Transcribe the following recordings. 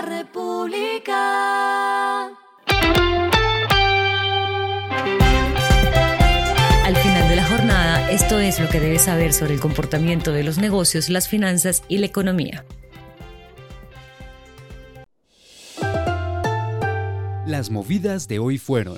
República. Al final de la jornada, esto es lo que debes saber sobre el comportamiento de los negocios, las finanzas y la economía. Las movidas de hoy fueron: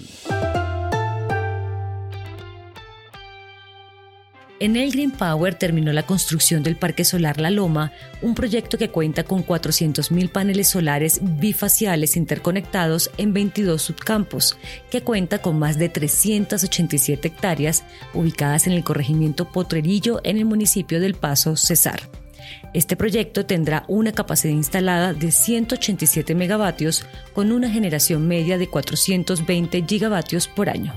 Enel Green Power terminó la construcción del Parque Solar La Loma, un proyecto que cuenta con 400.000 paneles solares bifaciales interconectados en 22 subcampos, que cuenta con más de 387 hectáreas ubicadas en el corregimiento Potrerillo en el municipio del Paso Cesar. Este proyecto tendrá una capacidad instalada de 187 megavatios con una generación media de 420 gigavatios por año.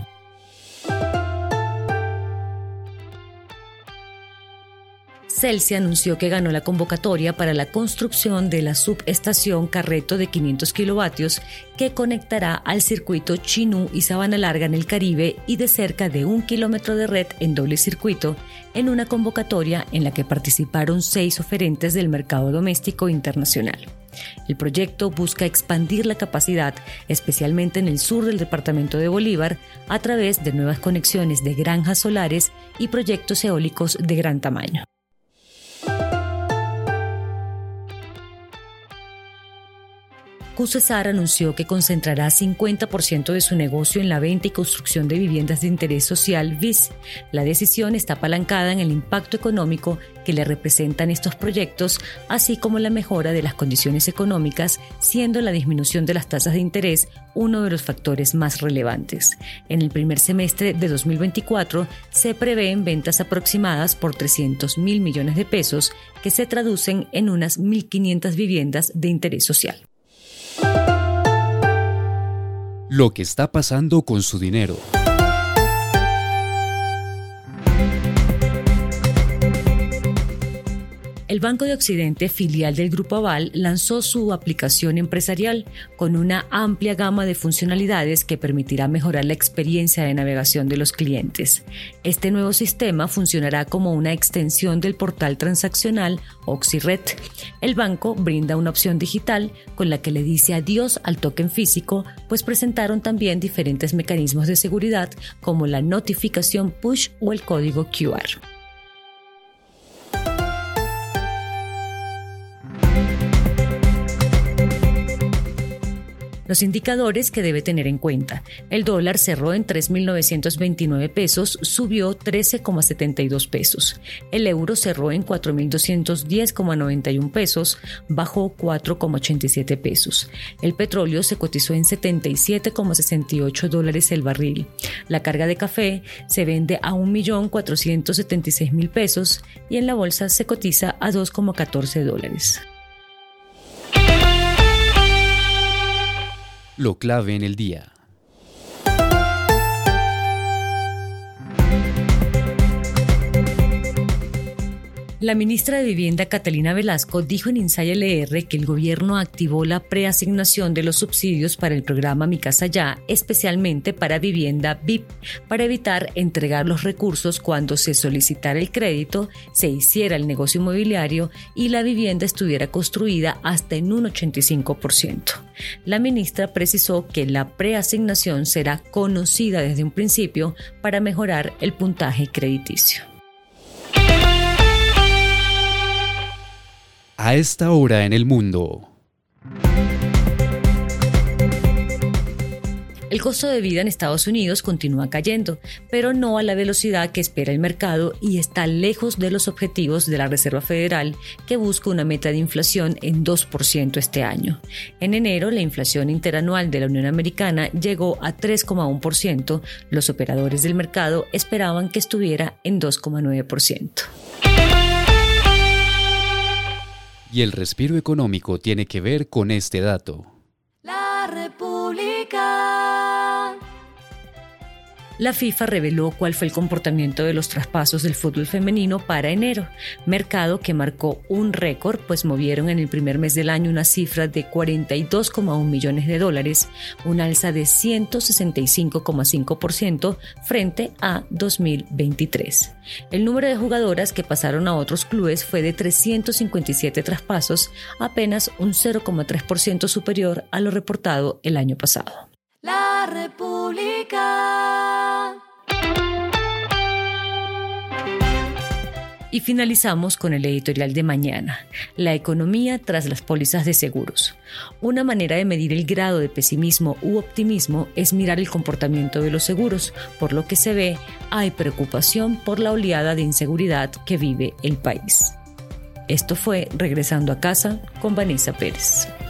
Celsia anunció que ganó la convocatoria para la construcción de la subestación Carreto de 500 kilovatios que conectará al circuito Chinú y Sabana Larga en el Caribe y de cerca de 1 kilómetro de red en doble circuito en una convocatoria en la que participaron 6 oferentes del mercado doméstico e internacional. El proyecto busca expandir la capacidad, especialmente en el sur del departamento de Bolívar, a través de nuevas conexiones de granjas solares y proyectos eólicos de gran tamaño. QCesar anunció que concentrará 50% de su negocio en la venta y construcción de viviendas de interés social (VIS). La decisión está apalancada en el impacto económico que le representan estos proyectos, así como la mejora de las condiciones económicas, siendo la disminución de las tasas de interés uno de los factores más relevantes. En el primer semestre de 2024 se prevén ventas aproximadas por 300.000 millones de pesos, que se traducen en unas 1.500 viviendas de interés social. lo que está pasando con su dinero. El Banco de Occidente, filial del Grupo Aval, lanzó su aplicación empresarial con una amplia gama de funcionalidades que permitirá mejorar la experiencia de navegación de los clientes. Este nuevo sistema funcionará como una extensión del portal transaccional OxyRed. El banco brinda una opción digital con la que le dice adiós al token físico, pues presentaron también diferentes mecanismos de seguridad como la notificación push o el código QR. Los indicadores que debe tener en cuenta. El dólar cerró en 3.929 pesos, subió 13,72 pesos. El euro cerró en 4.210,91 pesos, bajó 4,87 pesos. El petróleo se cotizó en $77,68 el barril. La carga de café se vende a 1.476.000 pesos y en la bolsa se cotiza a $2,14. Lo clave en el día. La ministra de Vivienda, Catalina Velasco, dijo en Inside LR que el gobierno activó la preasignación de los subsidios para el programa Mi Casa Ya, especialmente para vivienda VIP, para evitar entregar los recursos cuando se solicitara el crédito, se hiciera el negocio inmobiliario y la vivienda estuviera construida hasta en un 85%. La ministra precisó que la preasignación será conocida desde un principio para mejorar el puntaje crediticio. A esta hora en el mundo. El costo de vida en Estados Unidos continúa cayendo, pero no a la velocidad que espera el mercado y está lejos de los objetivos de la Reserva Federal, que busca una meta de inflación en 2% este año. En enero, la inflación interanual de la Unión Americana llegó a 3,1%. Los operadores del mercado esperaban que estuviera en 2,9%. Y el respiro económico tiene que ver con este dato. La República. La FIFA reveló cuál fue el comportamiento de los traspasos del fútbol femenino para enero, mercado que marcó un récord, pues movieron en el primer mes del año una cifra de $42,1 millones, una alza de 165,5% frente a 2023. El número de jugadoras que pasaron a otros clubes fue de 357 traspasos, apenas un 0,3% superior a lo reportado el año pasado. La República. Y finalizamos con el editorial de mañana, la economía tras las pólizas de seguros. Una manera de medir el grado de pesimismo u optimismo es mirar el comportamiento de los seguros. Por lo que se ve, hay preocupación por la oleada de inseguridad que vive el país. Esto fue Regresando a Casa con Vanessa Pérez.